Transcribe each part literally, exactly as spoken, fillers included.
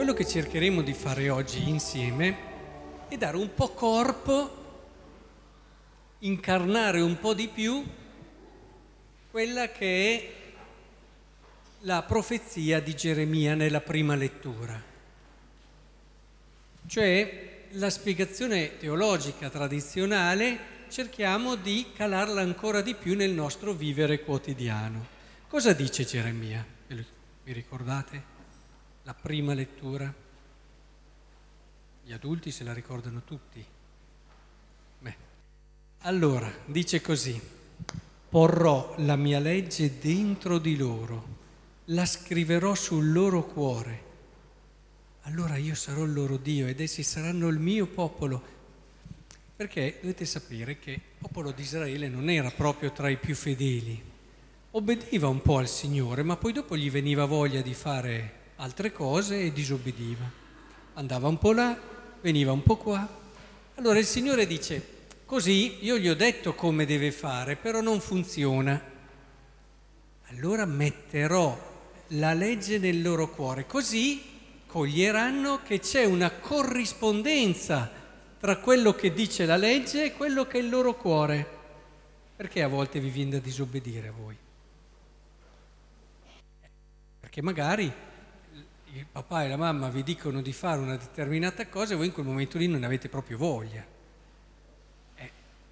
quello che cercheremo di fare oggi insieme è dare un po' corpo, incarnare un po' di più quella che è la profezia di Geremia nella prima lettura. Cioè la spiegazione teologica tradizionale cerchiamo di calarla ancora di più nel nostro vivere quotidiano. Cosa dice Geremia? Vi ricordate? La prima lettura? Gli adulti se la ricordano tutti. Beh, allora, dice così: porrò la mia legge dentro di loro, la scriverò sul loro cuore. Allora io sarò il loro Dio ed essi saranno il mio popolo. Perché dovete sapere che il popolo di Israele non era proprio tra i più fedeli. Obbediva un po' al Signore, ma poi dopo gli veniva voglia di fare altre cose e disobbediva. Andava un po' là, veniva un po' qua. Allora il Signore dice: così io gli ho detto come deve fare, però non funziona. Allora metterò la legge nel loro cuore, così coglieranno che c'è una corrispondenza tra quello che dice la legge e quello che è il loro cuore. Perché a volte vi viene da disobbedire a voi? Perché magari il papà e la mamma vi dicono di fare una determinata cosa e voi in quel momento lì non ne avete proprio voglia. Eh.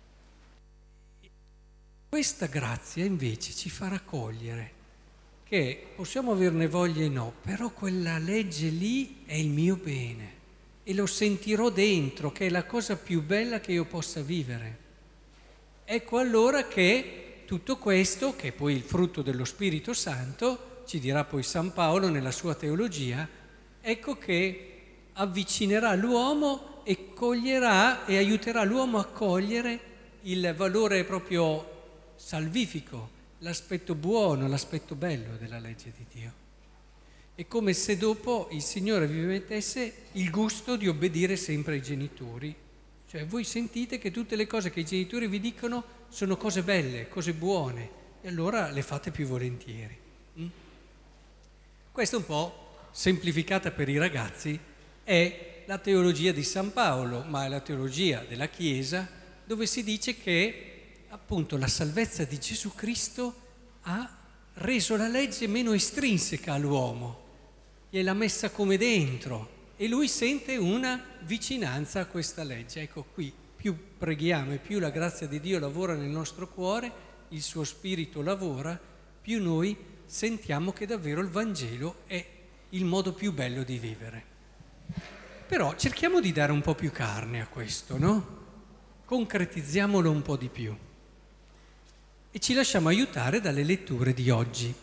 Questa grazia invece ci farà cogliere che possiamo averne voglia e no, però quella legge lì è il mio bene e lo sentirò dentro, che è la cosa più bella che io possa vivere. Ecco allora che tutto questo, che è poi il frutto dello Spirito Santo, ci dirà poi San Paolo nella sua teologia, ecco che avvicinerà l'uomo e coglierà e aiuterà l'uomo a cogliere il valore proprio salvifico, l'aspetto buono, l'aspetto bello della legge di Dio. È come se dopo il Signore vi mettesse il gusto di obbedire sempre ai genitori. Cioè voi sentite che tutte le cose che i genitori vi dicono sono cose belle, cose buone, e allora le fate più volentieri. Mm? Questo un po' semplificata per i ragazzi è la teologia di San Paolo, ma è la teologia della Chiesa, dove si dice che appunto la salvezza di Gesù Cristo ha reso la legge meno estrinseca all'uomo, gliel'ha messa come dentro e lui sente una vicinanza a questa legge. Ecco qui, più preghiamo e più la grazia di Dio lavora nel nostro cuore, il suo spirito lavora, più noi sentiamo che davvero il Vangelo è il modo più bello di vivere. Però cerchiamo di dare un po' più carne a questo, no? Concretizziamolo un po' di più. E ci lasciamo aiutare dalle letture di oggi,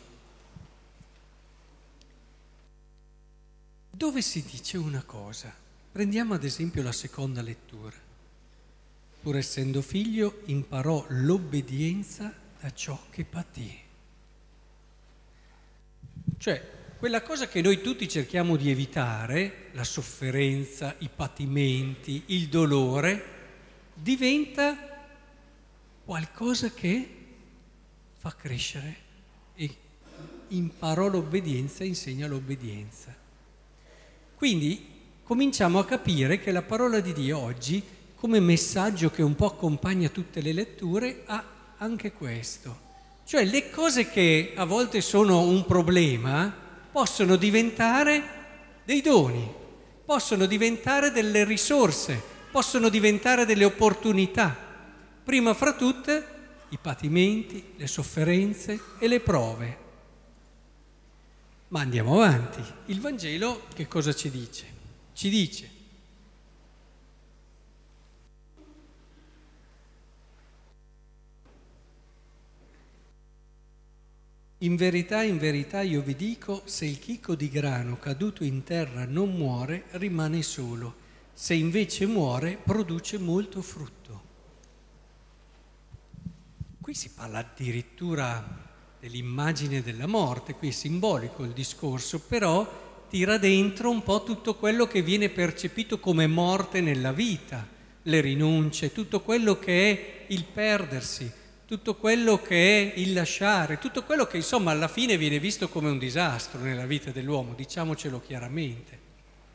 dove si dice una cosa. Prendiamo ad esempio la seconda lettura. Pur essendo figlio, imparò l'obbedienza da ciò che patì. Cioè, quella cosa che noi tutti cerchiamo di evitare, la sofferenza, i patimenti, il dolore, diventa qualcosa che fa crescere e imparò l'obbedienza, insegna l'obbedienza. Quindi cominciamo a capire che la parola di Dio oggi, come messaggio che un po' accompagna tutte le letture, ha anche questo. Cioè le cose che a volte sono un problema possono diventare dei doni, possono diventare delle risorse, possono diventare delle opportunità. Prima fra tutte i patimenti, le sofferenze e le prove. Ma andiamo avanti. Il Vangelo che cosa ci dice? Ci dice: in verità, in verità io vi dico, se il chicco di grano caduto in terra non muore, rimane solo. Se invece muore, produce molto frutto. Qui si parla addirittura dell'immagine della morte, qui è simbolico il discorso, però tira dentro un po' tutto quello che viene percepito come morte nella vita, le rinunce, tutto quello che è il perdersi, tutto quello che è il lasciare, tutto quello che insomma alla fine viene visto come un disastro nella vita dell'uomo, diciamocelo chiaramente.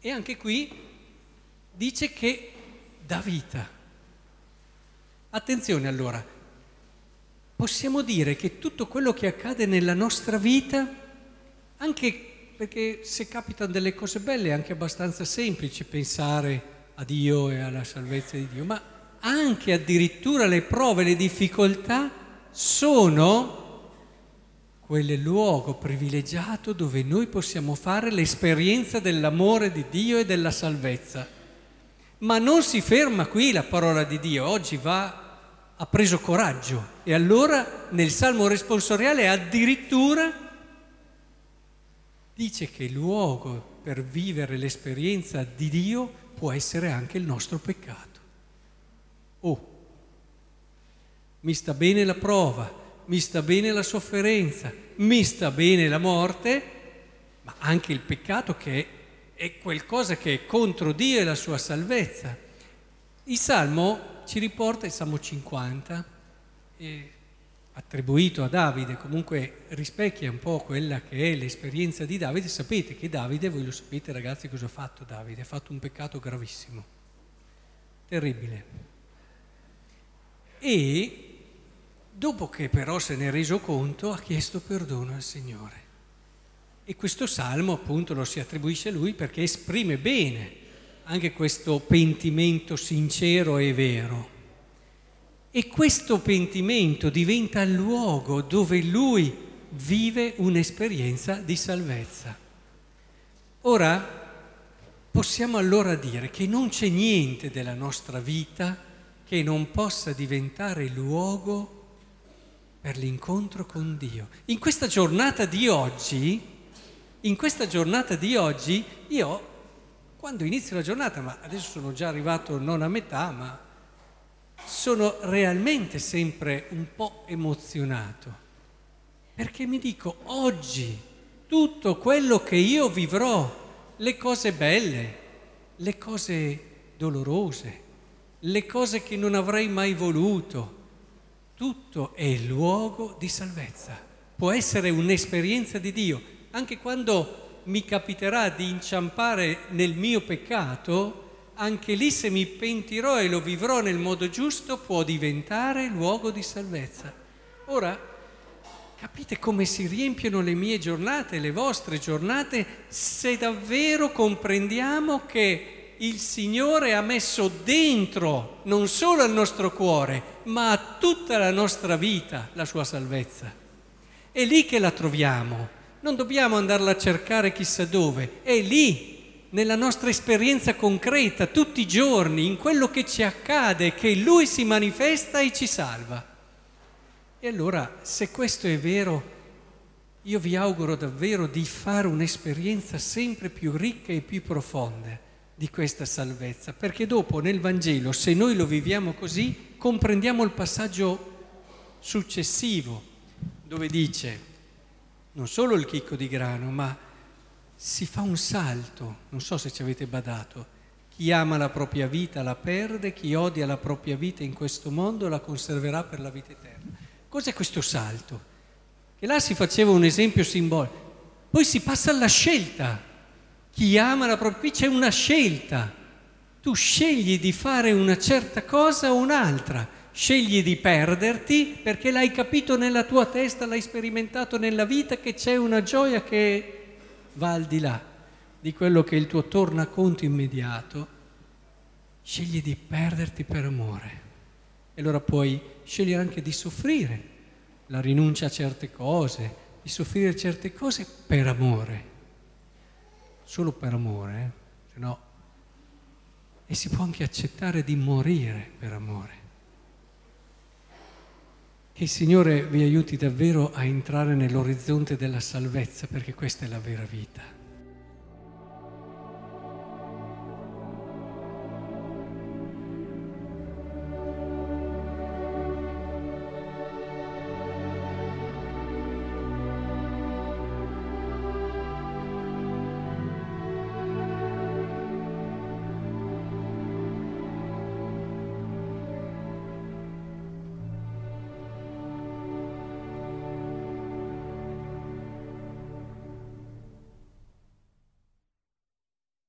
E anche qui dice che dà vita. Attenzione allora, possiamo dire che tutto quello che accade nella nostra vita, anche perché se capitano delle cose belle è anche abbastanza semplice pensare a Dio e alla salvezza di Dio, ma anche addirittura le prove, le difficoltà sono quel luogo privilegiato dove noi possiamo fare l'esperienza dell'amore di Dio e della salvezza. Ma non si ferma qui la parola di Dio, oggi va, ha preso coraggio e allora nel Salmo responsoriale addirittura dice che il luogo per vivere l'esperienza di Dio può essere anche il nostro peccato. Oh, mi sta bene la prova, mi sta bene la sofferenza, mi sta bene la morte, ma anche il peccato che è qualcosa che è contro Dio e la sua salvezza. Il Salmo ci riporta, il Salmo cinquanta, eh, attribuito a Davide, comunque rispecchia un po' quella che è l'esperienza di Davide. Sapete che Davide, voi lo sapete ragazzi cosa ha fatto Davide? Ha fatto un peccato gravissimo, terribile. E dopo che però se ne è reso conto, ha chiesto perdono al Signore. E questo salmo appunto lo si attribuisce a lui perché esprime bene anche questo pentimento sincero e vero. E questo pentimento diventa il luogo dove lui vive un'esperienza di salvezza. Ora, possiamo allora dire che non c'è niente della nostra vita che non possa diventare luogo per l'incontro con Dio. In questa giornata di oggi, in questa giornata di oggi, io, quando inizio la giornata, ma adesso sono già arrivato non a metà, ma sono realmente sempre un po' emozionato, perché mi dico, oggi, tutto quello che io vivrò, le cose belle, le cose dolorose, le cose che non avrei mai voluto, tutto è il luogo di salvezza. Può essere un'esperienza di Dio. Anche quando mi capiterà di inciampare nel mio peccato, anche lì se mi pentirò e lo vivrò nel modo giusto, può diventare luogo di salvezza. Ora, capite come si riempiono le mie giornate, le vostre giornate, se davvero comprendiamo che il Signore ha messo dentro, non solo al nostro cuore, ma a tutta la nostra vita, la sua salvezza. È lì che la troviamo, non dobbiamo andarla a cercare chissà dove, è lì, nella nostra esperienza concreta, tutti i giorni, in quello che ci accade, che Lui si manifesta e ci salva. E allora, se questo è vero, io vi auguro davvero di fare un'esperienza sempre più ricca e più profonda di questa salvezza, perché dopo nel Vangelo, se noi lo viviamo così, comprendiamo il passaggio successivo, dove dice, non solo il chicco di grano, ma si fa un salto, non so se ci avete badato, chi ama la propria vita la perde, chi odia la propria vita in questo mondo la conserverà per la vita eterna. Cos'è questo salto? Che là si faceva un esempio simbolico, poi si passa alla scelta. Chi ama la propria, qui c'è una scelta, tu scegli di fare una certa cosa o un'altra, scegli di perderti perché l'hai capito nella tua testa, l'hai sperimentato nella vita che c'è una gioia che va al di là di quello che è il tuo tornaconto immediato, scegli di perderti per amore e allora puoi scegliere anche di soffrire, la rinuncia a certe cose, di soffrire certe cose per amore. Solo per amore, eh? Se no. E si può anche accettare di morire per amore. Che il Signore vi aiuti davvero a entrare nell'orizzonte della salvezza, perché questa è la vera vita.